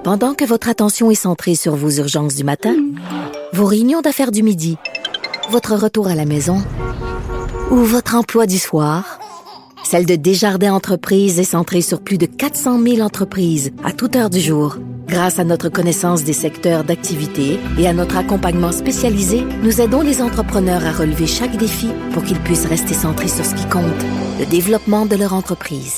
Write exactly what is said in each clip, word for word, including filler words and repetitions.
Pendant que votre attention est centrée sur vos urgences du matin, vos réunions d'affaires du midi, votre retour à la maison ou votre emploi du soir, celle de Desjardins Entreprises est centrée sur plus de quatre cent mille entreprises à toute heure du jour. Grâce à notre connaissance des secteurs d'activité et à notre accompagnement spécialisé, nous aidons les entrepreneurs à relever chaque défi pour qu'ils puissent rester centrés sur ce qui compte, le développement de leur entreprise.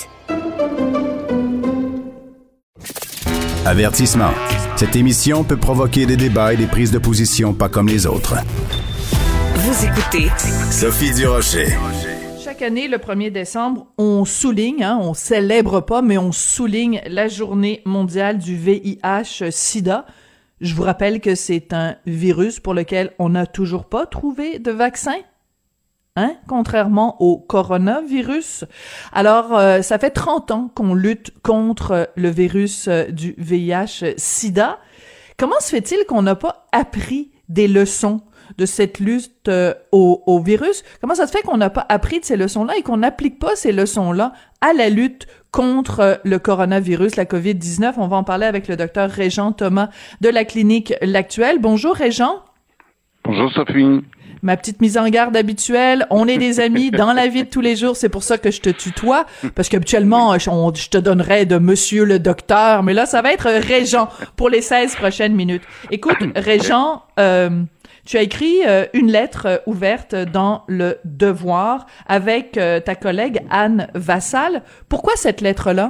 Avertissement. Cette émission peut provoquer des débats et des prises de position pas comme les autres. Vous écoutez Sophie Durocher. Chaque année, le premier décembre, on souligne, hein, on célèbre pas, mais on souligne la journée mondiale du V I H sida. Je vous rappelle que c'est un virus pour lequel on n'a toujours pas trouvé de vaccin, hein, contrairement au coronavirus. Alors, euh, ça fait trente ans qu'on lutte contre le virus euh, du V I H sida. Comment se fait-il qu'on n'a pas appris des leçons de cette lutte euh, au, au virus? Comment ça se fait qu'on n'a pas appris de ces leçons-là et qu'on n'applique pas ces leçons-là à la lutte contre euh, le coronavirus, la covid dix-neuf? On va en parler avec le docteur Régent Thomas de la clinique L'Actuel. Bonjour Régent. Bonjour Sophie. Ma petite mise en garde habituelle, on est des amis dans la vie de tous les jours, c'est pour ça que je te tutoie, parce qu'habituellement, je, on, je te donnerais de monsieur le docteur, mais là, ça va être Régent pour les seize prochaines minutes. Écoute, Régent, euh, tu as écrit euh, une lettre euh, ouverte dans Le Devoir avec euh, ta collègue Anne Vassal. Pourquoi cette lettre-là?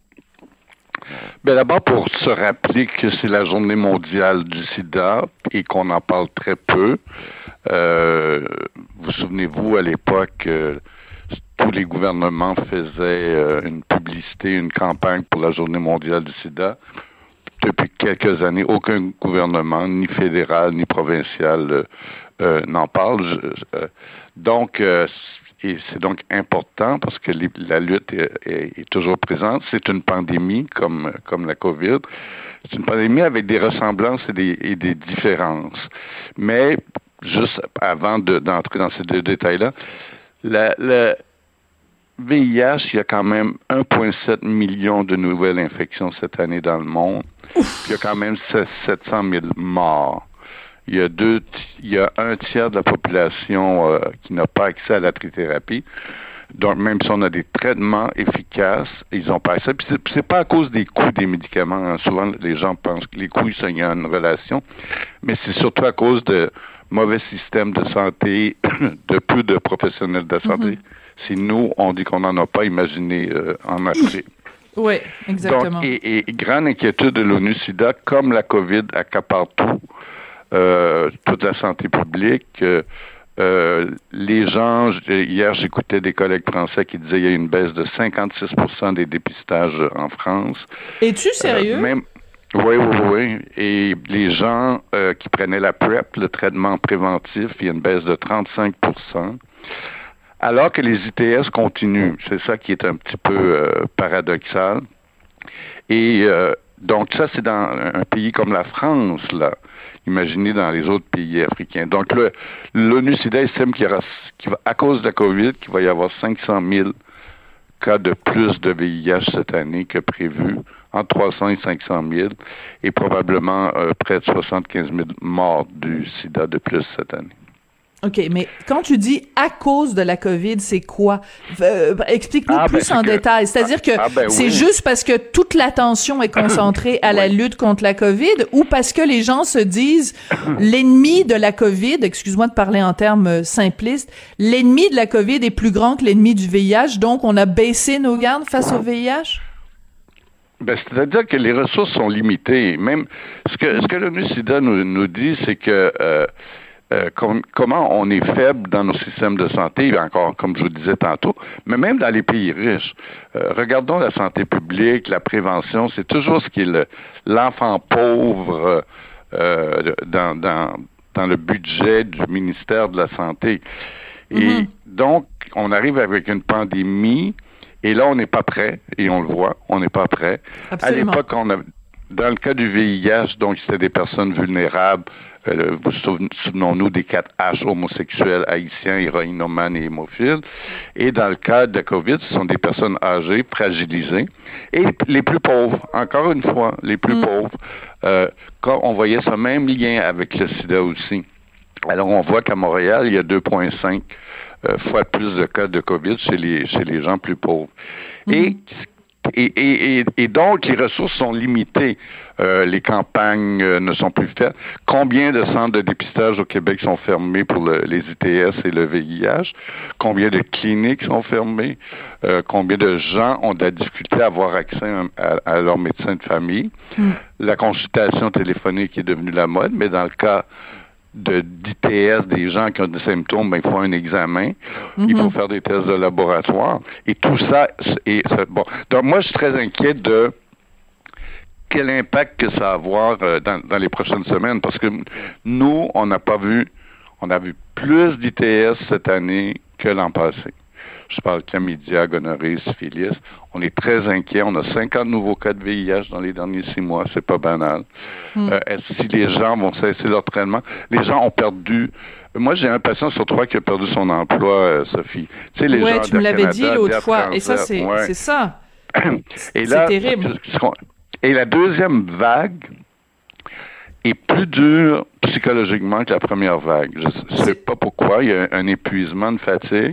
Ben d'abord pour se rappeler que c'est la journée mondiale du sida et qu'on en parle très peu. Euh, vous souvenez-vous, à l'époque, euh, tous les gouvernements faisaient euh, une publicité, une campagne pour la journée mondiale du sida. Depuis quelques années, aucun gouvernement, ni fédéral, ni provincial, euh, euh, n'en parle. Je, euh, donc, euh, et c'est donc important parce que les, la lutte est, est, est toujours présente. C'est une pandémie comme comme la COVID. C'est une pandémie avec des ressemblances et des, et des différences. Mais juste avant de, d'entrer dans ces deux détails-là, la, la V I H, il y a quand même un virgule sept million de nouvelles infections cette année dans le monde. Ouf. Il y a quand même sept cent mille morts. Il y a deux, il y a un tiers de la population euh, qui n'a pas accès à la trithérapie. Donc, même si on a des traitements efficaces, ils n'ont pas accès. Puis c'est, c'est pas à cause des coûts des médicaments. Hein. Souvent, les gens pensent que les coûts, il y a une relation. Mais c'est surtout à cause de mauvais système de santé, de peu de professionnels de la santé. Mm-hmm. Si nous, on dit qu'on n'en a pas, imaginez euh, en Afrique. Oui, exactement. Donc, et, et grande inquiétude de l'ONU-SIDA, comme la COVID accapare tout, euh, toute la santé publique. Euh, euh, les gens, hier, j'écoutais des collègues français qui disaient qu'il y a une baisse de cinquante-six pour cent des dépistages en France. Es-tu sérieux? Euh, même, oui, oui, oui. Et les gens euh, qui prenaient la PrEP, le traitement préventif, il y a une baisse de trente-cinq pour cent. Alors que les I T S continuent. C'est ça qui est un petit peu euh, paradoxal. Et euh, donc ça, c'est dans un pays comme la France, là. Imaginez dans les autres pays africains. Donc le, l'ONU-SIDA estime qu'il y aura, qu'il va, à cause de la COVID, qu'il va y avoir cinq cent mille cas de plus de V I H cette année que prévu, entre trois cents et cinq cent mille, et probablement euh, près de soixante-quinze mille morts du sida de plus cette année. OK, mais quand tu dis à cause de la COVID, c'est quoi? Euh, explique-nous ah, plus ben, en que, détail. C'est-à-dire que ah, ben, c'est oui. juste parce que toute l'attention est concentrée à la oui. lutte contre la COVID ou parce que les gens se disent l'ennemi de la COVID, excuse-moi de parler en termes simplistes, l'ennemi de la COVID est plus grand que l'ennemi du V I H, donc on a baissé nos gardes face au V I H? Ben, c'est-à-dire que les ressources sont limitées. Même ce que ce que l'ONU-SIDA nous, nous dit, c'est que euh, Euh, com- comment on est faible dans nos systèmes de santé, encore comme je vous disais tantôt, mais même dans les pays riches. Euh, regardons la santé publique, la prévention, c'est toujours ce qui est le, l'enfant pauvre euh, dans, dans, dans le budget du ministère de la Santé. Et mm-hmm. donc, on arrive avec une pandémie, et là, on n'est pas prêt, et on le voit, on n'est pas prêt. Absolument. À l'époque, on avait dans le cas du V I H, donc c'était des personnes vulnérables. Euh, vous souvenons-nous des quatre H homosexuels, haïtiens, héroïnomanes et hémophiles. Et dans le cas de la COVID, ce sont des personnes âgées, fragilisées, et les plus pauvres. Encore une fois, les plus mmh. pauvres. Euh, quand on voyait ce même lien avec le sida aussi. Alors, on voit qu'à Montréal, il y a deux virgule cinq euh, fois plus de cas de COVID chez les chez les gens plus pauvres. Mmh. Et Et, et, et, et donc, les ressources sont limitées. Euh, les campagnes euh, ne sont plus faites. Combien de centres de dépistage au Québec sont fermés pour le, les I T S et le V I H? Combien de cliniques sont fermées? Euh, combien de gens ont de la difficulté à avoir accès à, à, à leur médecin de famille? Mm. La consultation téléphonique est devenue la mode, mais dans le cas de d'I T S, des gens qui ont des symptômes, ben, il faut un examen, mm-hmm. il faut faire des tests de laboratoire, et tout ça, et ça, bon. Donc, moi, je suis très inquiet de quel impact que ça va avoir euh, dans, dans les prochaines semaines, parce que nous, on n'a pas vu, on a vu plus d'I T S cette année que l'an passé. Je parle chlamydia, gonorrhée, syphilis. On est très inquiets. On a cinquante nouveaux cas de V I H dans les derniers six mois. C'est pas banal. Mm. Euh, est-ce si les gens vont cesser leur traitement? Les gens ont perdu... Moi, j'ai un patient sur trois qui a perdu son emploi, euh, Sophie. Tu sais, les ouais, gens tu me l'avais Canada, dit l'autre fois. Et ça, c'est, ouais. c'est ça. Et là, c'est terrible. Et la deuxième vague est plus dure psychologiquement que la première vague. Je ne sais pas pourquoi. Il y a un épuisement, de fatigue.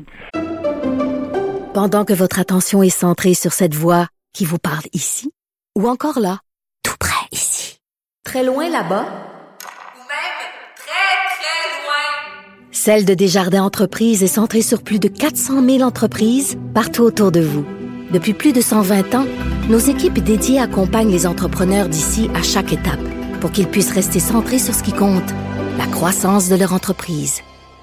Pendant que votre attention est centrée sur cette voix qui vous parle ici, ou encore là, tout près ici, très loin là-bas, ou même très, très loin, celle de Desjardins Entreprises est centrée sur plus de quatre cent mille entreprises partout autour de vous. Depuis plus de cent vingt ans, nos équipes dédiées accompagnent les entrepreneurs d'ici à chaque étape pour qu'ils puissent rester centrés sur ce qui compte, la croissance de leur entreprise.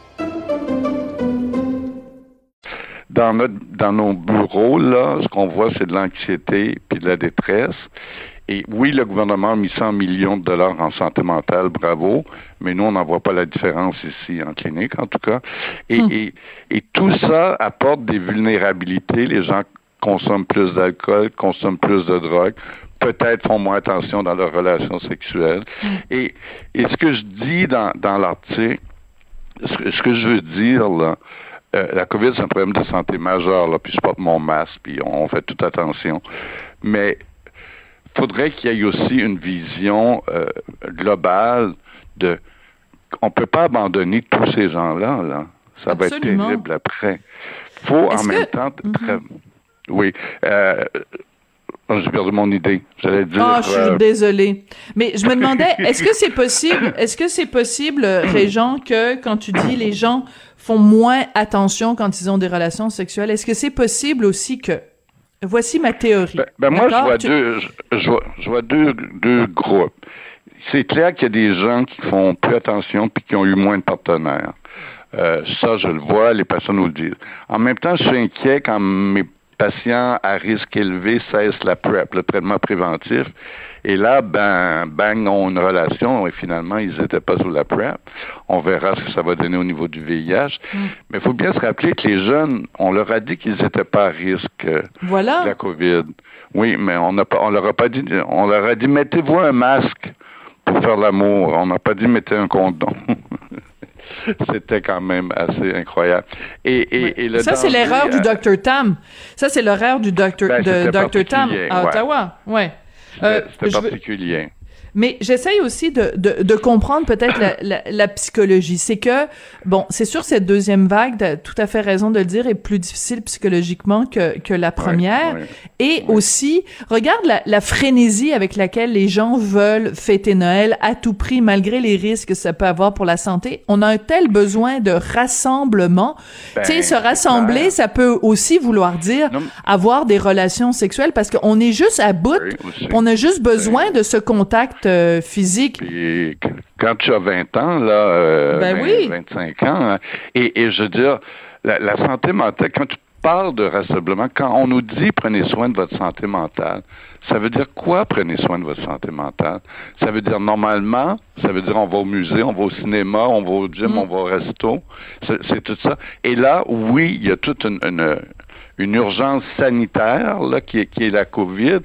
Dans, notre, dans nos bureaux, là, ce qu'on voit, c'est de l'anxiété puis de la détresse. Et oui, le gouvernement a mis cent millions de dollars en santé mentale, bravo, mais nous, on n'en voit pas la différence ici, en clinique, en tout cas. Et, hum. et, et tout ça apporte des vulnérabilités. Les gens consomment plus d'alcool, consomment plus de drogue, peut-être font moins attention dans leurs relations sexuelles. Hum. Et, et ce que je dis dans, dans l'article, ce que, ce que je veux dire, là, Euh, la COVID, c'est un problème de santé majeur, là, puis je porte mon masque, puis on fait toute attention. Mais il faudrait qu'il y ait aussi une vision euh, globale de... On peut pas abandonner tous ces gens-là, là. Ça Absolument. va être terrible après. Il faut Est-ce en même que... temps... Très... Mm-hmm. Oui. Euh, j'ai perdu mon idée. J'allais dire... Ah, oh, je suis euh... désolée. Mais je me demandais, est-ce que c'est possible, est-ce que c'est possible, Régent, que quand tu dis les gens font moins attention quand ils ont des relations sexuelles, est-ce que c'est possible aussi que... Voici ma théorie. Ben, ben moi, je vois, tu... deux, je, je, vois, je vois deux, deux groupes. C'est clair qu'il y a des gens qui font plus attention puis qui ont eu moins de partenaires. Euh, ça, je le vois, les personnes nous le disent. En même temps, je suis inquiet quand mes patients à risque élevé cessent la PrEP, le traitement préventif. Et là, ben, bang, ont une relation et finalement, ils n'étaient pas sous la PrEP. On verra ce que ça va donner au niveau du V I H. Mm. Mais il faut bien se rappeler que les jeunes, on leur a dit qu'ils n'étaient pas à risque voilà. de la COVID. Oui, mais on n'a pas, on leur a pas dit, on leur a dit, mettez-vous un masque pour faire l'amour. On n'a pas dit, mettez un condom. C'était quand même assez incroyable. Et, et, oui. et le ça, danger, c'est l'erreur euh... du docteur Tam. Ça, c'est l'erreur du docteur ben, de docteur Tam à ouais. Ottawa. Ouais. C'était, euh, c'était particulier. Veux... Mais j'essaye aussi de, de, de comprendre peut-être la, la, la psychologie. C'est que, bon, c'est sûr, cette deuxième vague, t'as tout à fait raison de le dire, est plus difficile psychologiquement que, que la première. Ouais, ouais, Et ouais. aussi, regarde la, la frénésie avec laquelle les gens veulent fêter Noël à tout prix, malgré les risques que ça peut avoir pour la santé. On a un tel besoin de rassemblement. Ben, tu sais, se rassembler, clair. Ça peut aussi vouloir dire non. avoir des relations sexuelles parce qu'on est juste à bout, oui, on a juste besoin oui. de ce contact Euh, physique. Puis, quand tu as vingt ans, là, euh, ben vingt, oui. vingt-cinq ans, hein, et, et je veux dire, la, la santé mentale, quand tu parles de rassemblement, quand on nous dit prenez soin de votre santé mentale, ça veut dire quoi prenez soin de votre santé mentale? Ça veut dire normalement, ça veut dire on va au musée, on va au cinéma, on va au gym, mm. on va au resto, c'est, c'est tout ça. Et là, oui, il y a toute une, une, une urgence sanitaire là, qui est, qui est la COVID.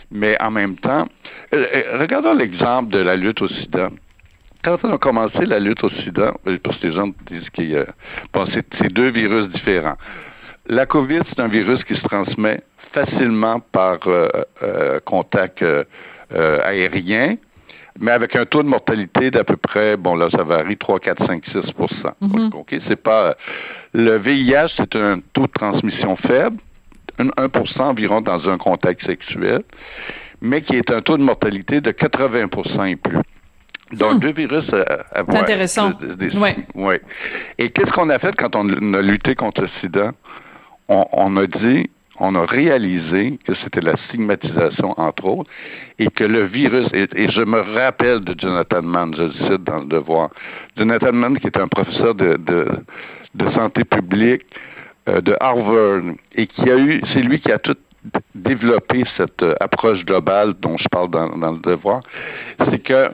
Mais en même temps, euh, regardons l'exemple de la lutte au sida. Quand on a commencé la lutte au sida, parce que les gens disent qu'il y a... Bon, c'est, c'est deux virus différents. La COVID, c'est un virus qui se transmet facilement par euh, euh, contact euh, euh, aérien, mais avec un taux de mortalité d'à peu près, bon là, ça varie, trois, quatre, cinq, six pour cent. Mm-hmm. OK? C'est pas... Le V I H, c'est un taux de transmission faible, un pour cent environ dans un contact sexuel, mais qui est un taux de mortalité de quatre-vingts pour cent et plus. Donc, hmm. deux virus à, à voir. C'est intéressant. Des, des, oui. Ouais. Et qu'est-ce qu'on a fait quand on a lutté contre le sida? On, on a dit, on a réalisé que c'était la stigmatisation, entre autres, et que le virus, et, et je me rappelle de Jonathan Mann, je le cite dans Le Devoir. Jonathan Mann, qui est un professeur de, de, de santé publique euh, de Harvard, et qui a eu, c'est lui qui a tout développé cette euh, approche globale dont je parle dans, dans Le Devoir, c'est que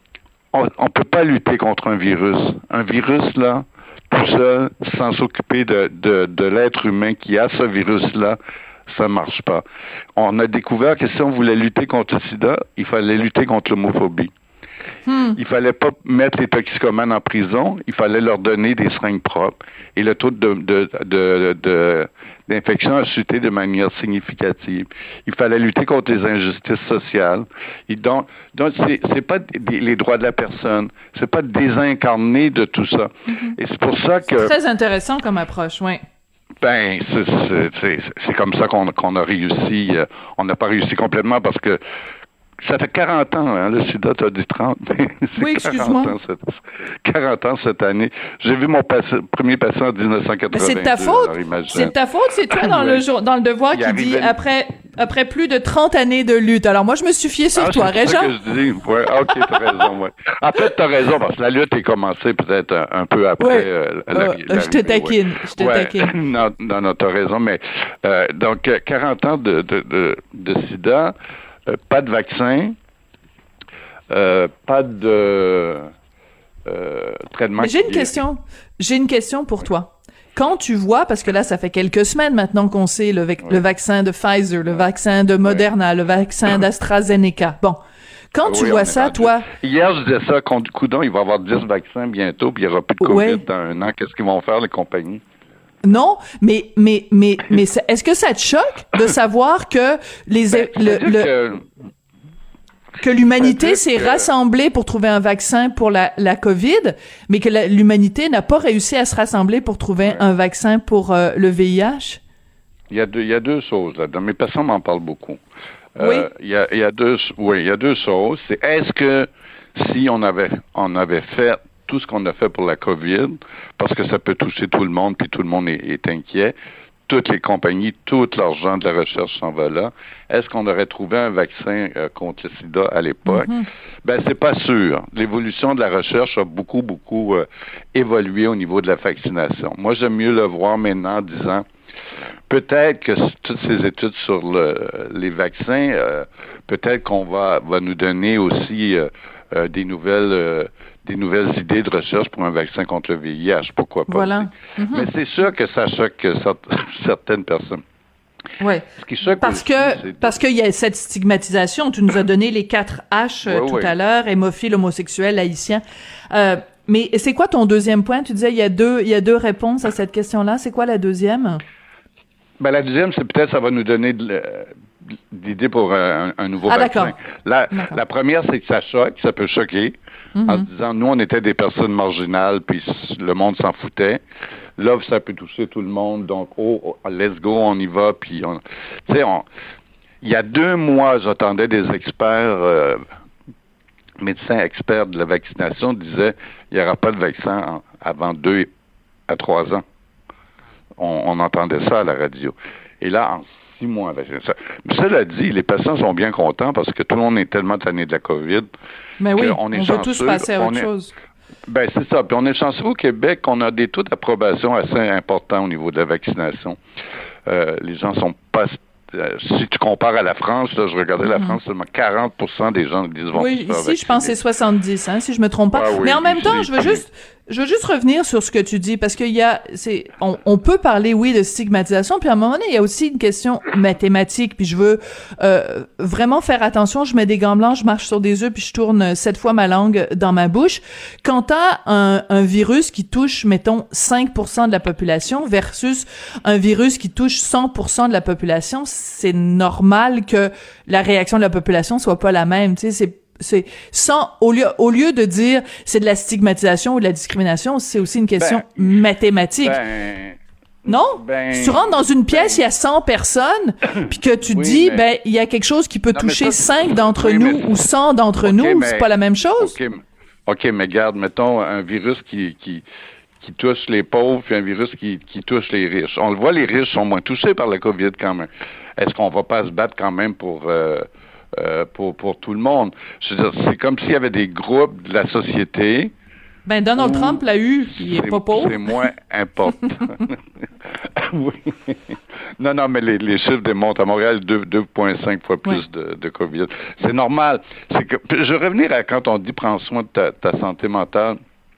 on ne peut pas lutter contre un virus. Un virus, là, tout seul, sans s'occuper de, de, de l'être humain qui a ce virus-là, ça ne marche pas. On a découvert que si on voulait lutter contre le sida, il fallait lutter contre l'homophobie. Hmm. Il fallait pas mettre les toxicomanes en prison, il fallait leur donner des seringues propres. Et le taux de, de, de, de, d'infection a chuté de manière significative. Il fallait lutter contre les injustices sociales. Et donc, donc c'est, c'est pas des, les droits de la personne, c'est pas désincarner de tout ça. Mm-hmm. Et c'est pour ça que... C'est très intéressant comme approche, oui. Ben, c'est, c'est, c'est, c'est comme ça qu'on, qu'on a réussi. Euh, on n'a pas réussi complètement parce que ça fait quarante ans, hein, le sida, tu as dit trente. Oui, excuse-moi. quarante ans, cette, quarante ans cette année. J'ai vu mon patient, premier patient en dix-neuf cent quatre-vingt-deux. Mais c'est ta faute. C'est ta faute, c'est toi dans, oui. le, jour, dans le Devoir Il qui dit une... après, après plus de trente années de lutte. Alors moi, je me suis fié sur ah, toi, c'est Régent. C'est ça que je dis. Ouais, OK, t'as raison. Ouais. En fait, t'as raison, parce que la lutte est commencée peut-être un, un peu après. Ouais. Euh, la, euh, la, je te taquine. Ouais. Je te ouais. taquine. non, non, non, t'as raison. Mais euh, donc, quarante ans de, de, de, de sida, euh, pas de vaccin. Euh, pas de euh, traitement. Mais j'ai une question. J'ai une question pour toi. Quand tu vois, parce que là, ça fait quelques semaines maintenant qu'on sait le, vac- ouais. le vaccin de Pfizer, le vaccin de Moderna, ouais. le vaccin d'AstraZeneca. Bon. Quand tu oui, vois ça, toi... Hier, je disais ça, contre Coudon, il va y avoir dix vaccins bientôt, puis il n'y aura plus de COVID ouais. dans un an. Qu'est-ce qu'ils vont faire, les compagnies? Non, mais mais mais mais est-ce que ça te choque de savoir que les ben, le, le que... que l'humanité s'est que... rassemblée pour trouver un vaccin pour la, la COVID, mais que la, l'humanité n'a pas réussi à se rassembler pour trouver ouais. un vaccin pour euh, le V I H? Il y a deux, il y a deux choses là-dedans, mais personne m'en parle beaucoup. Oui. Euh, il y a, il y a deux, oui, il y a deux choses. C'est est-ce que si on avait, on avait fait tout ce qu'on a fait pour la COVID, parce que ça peut toucher tout le monde, puis tout le monde est, est inquiet, toutes les compagnies, tout l'argent de la recherche s'en va là. Est-ce qu'on aurait trouvé un vaccin euh, contre le sida à l'époque? Mm-hmm. Ben, c'est pas sûr. L'évolution de la recherche a beaucoup, beaucoup euh, évolué au niveau de la vaccination. Moi, j'aime mieux le voir maintenant en disant peut-être que toutes ces études sur le, les vaccins, euh, peut-être qu'on va, va nous donner aussi euh, euh, des nouvelles... Euh, des nouvelles idées de recherche pour un vaccin contre le V I H, pourquoi pas. Voilà. Mm-hmm. Mais c'est sûr que ça choque certaines personnes. Oui. Parce aussi, que c'est... parce qu'il y a cette stigmatisation. Tu nous as donné les quatre H euh, oui, tout oui. à l'heure, hémophile, homosexuel, haïtien. Euh, mais c'est quoi ton deuxième point? Tu disais il y a deux il y a deux réponses à cette question-là. C'est quoi la deuxième? Ben la deuxième, c'est peut-être ça va nous donner de l'idée pour un, un nouveau ah, vaccin. D'accord. La, d'accord. la première, c'est que ça choque, ça peut choquer. Mm-hmm. En se disant, nous, on était des personnes marginales, puis le monde s'en foutait. Là, ça peut toucher tout le monde, donc, oh, oh let's go, on y va, puis on... Tu sais, on... il y a deux mois, j'entendais des experts, euh, médecins experts de la vaccination, disaient, il n'y aura pas de vaccin en, avant deux à trois ans. On, on entendait ça à la radio. Et là, en six mois, là, ça. Mais cela dit, les patients sont bien contents parce que tout le monde est tellement tanné de la COVID. Mais oui, on, est on veut tous passer à autre est, chose. Ben, c'est ça. Puis on est chanceux au Québec qu'on a des taux d'approbation assez importants au niveau de la vaccination. Euh, les gens sont pas... Euh, si tu compares à la France, là, je regardais mm-hmm. la France, seulement quarante pour cent des gens disent vont oui, se faire ici, vacciner. je pense que c'est soixante-dix, hein, si je me trompe pas. Ah, oui, Mais en même temps, je veux juste... Je veux juste revenir sur ce que tu dis, parce qu'il y a, c'est, on, on peut parler, oui, de stigmatisation, puis à un moment donné, il y a aussi une question mathématique, puis je veux euh, vraiment faire attention. Je mets des gants blancs, je marche sur des œufs, puis je tourne sept fois ma langue dans ma bouche. Quand t'as un, un virus qui touche, mettons, cinq pour cent de la population versus un virus qui touche cent pour cent de la population, c'est normal que la réaction de la population soit pas la même. Tu sais, c'est C'est sans au lieu au lieu de dire c'est de la stigmatisation ou de la discrimination, c'est aussi une question ben, mathématique. Ben, non? Ben, si tu rentres dans une pièce, il ben, y a cent personnes, puis que tu oui, dis, mais, ben, il y a quelque chose qui peut non, toucher cinq d'entre oui, nous mais, ou cent d'entre okay, nous, mais, c'est pas la même chose. OK, OK, mais regarde, mettons un virus qui, qui, qui touche les pauvres, puis un virus qui, qui touche les riches. On le voit, les riches sont moins touchés par la COVID quand même. Est-ce qu'on va pas se battre quand même pour... Euh, Euh, pour pour tout le monde. Je veux dire, c'est comme s'il y avait des groupes de la société. Ben Donald Trump l'a eu, il est pas pauvre. C'est moins important. Oui. Non, non, mais les, les chiffres démontrent à Montréal deux virgule cinq fois plus oui. de, de COVID. C'est normal. C'est que je vais revenir à quand on dit prends soin de ta, ta santé mentale.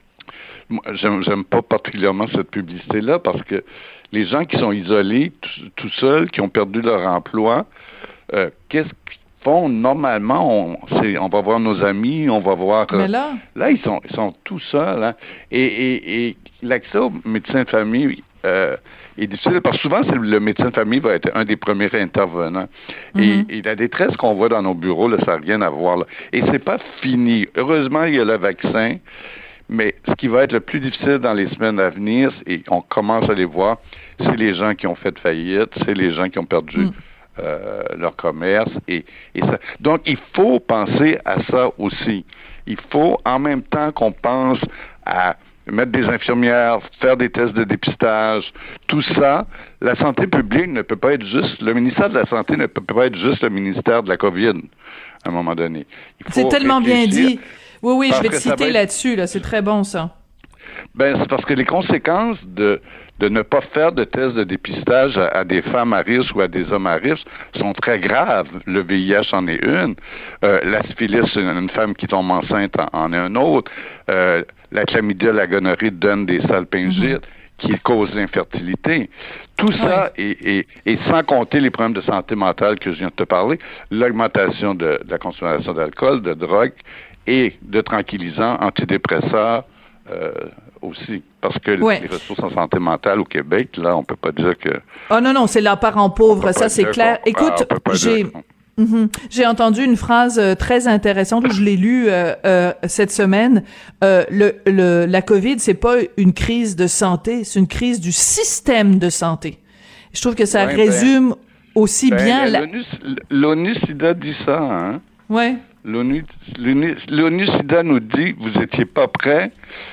Moi, j'aime, j'aime pas particulièrement cette publicité-là parce que les gens qui sont isolés, tout, tout seuls, qui ont perdu leur emploi, euh, qu'est-ce qu'ils font normalement? On, c'est, on va voir nos amis, on va voir... Mais là... Euh, là, ils sont, ils sont tout seuls. Hein, et, et, et l'accès au médecin de famille euh, est difficile parce que souvent, c'est le médecin de famille va être un des premiers intervenants. Mm-hmm. Et, et la détresse qu'on voit dans nos bureaux, là, ça n'a rien à voir. Là. Et c'est pas fini. Heureusement, il y a le vaccin. Mais ce qui va être le plus difficile dans les semaines à venir, et on commence à les voir, c'est les gens qui ont fait faillite, c'est les gens qui ont perdu mm. euh, leur commerce. Et, et ça. Donc, il faut penser à ça aussi. Il faut, en même temps qu'on pense à mettre des infirmières, faire des tests de dépistage, tout ça, la santé publique ne peut pas être juste, le ministère de la Santé ne peut pas être juste le ministère de la COVID, à un moment donné. Il faut c'est tellement réfléchir. Bien dit. Oui, oui, je vais te citer être... là-dessus, là. C'est très bon, ça. Ben, c'est parce que les conséquences de, de ne pas faire de tests de dépistage à, à des femmes à risque ou à des hommes à risque sont très graves. Le V I H en est une. Euh, la syphilis, une, une femme qui tombe enceinte en, en est un autre. Euh, la chlamydia, la gonorrhée donne des salpingites. Mm-hmm. qui cause l'infertilité. Tout ça, oui. et, et, et sans compter les problèmes de santé mentale que je viens de te parler, l'augmentation de, de la consommation d'alcool, de drogue et de tranquillisants, antidépresseurs euh, aussi. Parce que oui. les ressources en santé mentale au Québec, là, on peut pas dire que... Ah non, non, c'est la parent pauvre, ça c'est clair. Écoute, ah, j'ai... Mm-hmm. J'ai entendu une phrase euh, très intéressante, je l'ai lue euh, euh, cette semaine. Euh, le, le, la COVID, c'est pas une crise de santé, c'est une crise du système de santé. Je trouve que ça ouais, résume ben, aussi ben, bien... La... L'ONU, L'ONU-SIDA dit ça, hein? Oui. L'ONU, l'ONU, l'ONU-SIDA nous dit, vous étiez pas prêts,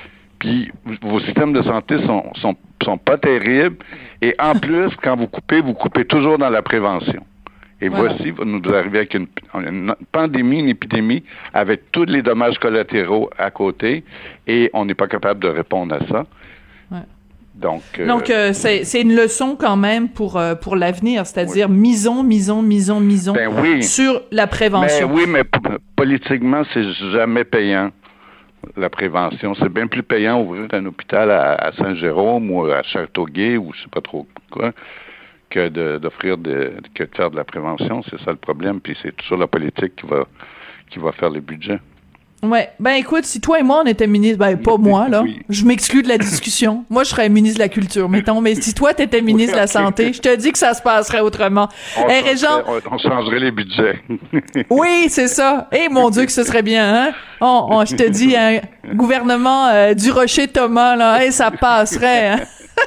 puis vos systèmes de santé sont, sont, sont pas terribles, et en plus, quand vous coupez, vous coupez toujours dans la prévention. Et voilà. Voici, vous nous arrivez avec une, une pandémie, une épidémie, avec tous les dommages collatéraux à côté, et on n'est pas capable de répondre à ça. Ouais. Donc, euh, Donc euh, c'est, c'est une leçon quand même pour euh, pour l'avenir, c'est-à-dire oui. misons, misons, misons, misons ben oui. sur la prévention. Mais oui, mais p- politiquement, c'est jamais payant, la prévention. C'est bien plus payant ouvrir un hôpital à, à Saint-Jérôme ou à Châteauguay ou je sais pas trop quoi, que de, d'offrir de, que de faire de la prévention. C'est ça le problème, puis c'est toujours la politique qui va qui va faire les budgets. Ouais, ben écoute, si toi et moi on était ministre, ben pas moi là, oui. je m'exclus de la discussion. Moi je serais ministre de la culture, mettons, mais si toi t'étais ministre oui, okay. de la santé, je te dis que ça se passerait autrement. On, hey, Régent, on, on changerait les budgets. Oui, c'est ça. Eh hey, mon Dieu que ce serait bien, hein. On, on je te dis, un gouvernement euh, du Rocher Thomas là, hey, ça passerait. Hein?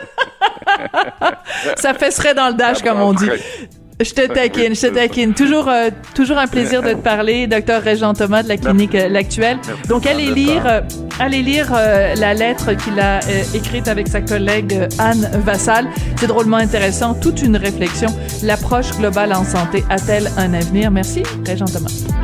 Ça fesserait dans le dash comme on dit. Je te taquine, je te taquine. Toujours, euh, toujours un plaisir de te parler, docteur Régent Thomas de la clinique euh, L'Actuelle. Donc, allez lire, euh, allez lire euh, la lettre qu'il a euh, écrite avec sa collègue euh, Anne Vassal. C'est drôlement intéressant, toute une réflexion. L'approche globale en santé a-t-elle un avenir? Merci, Régent Thomas.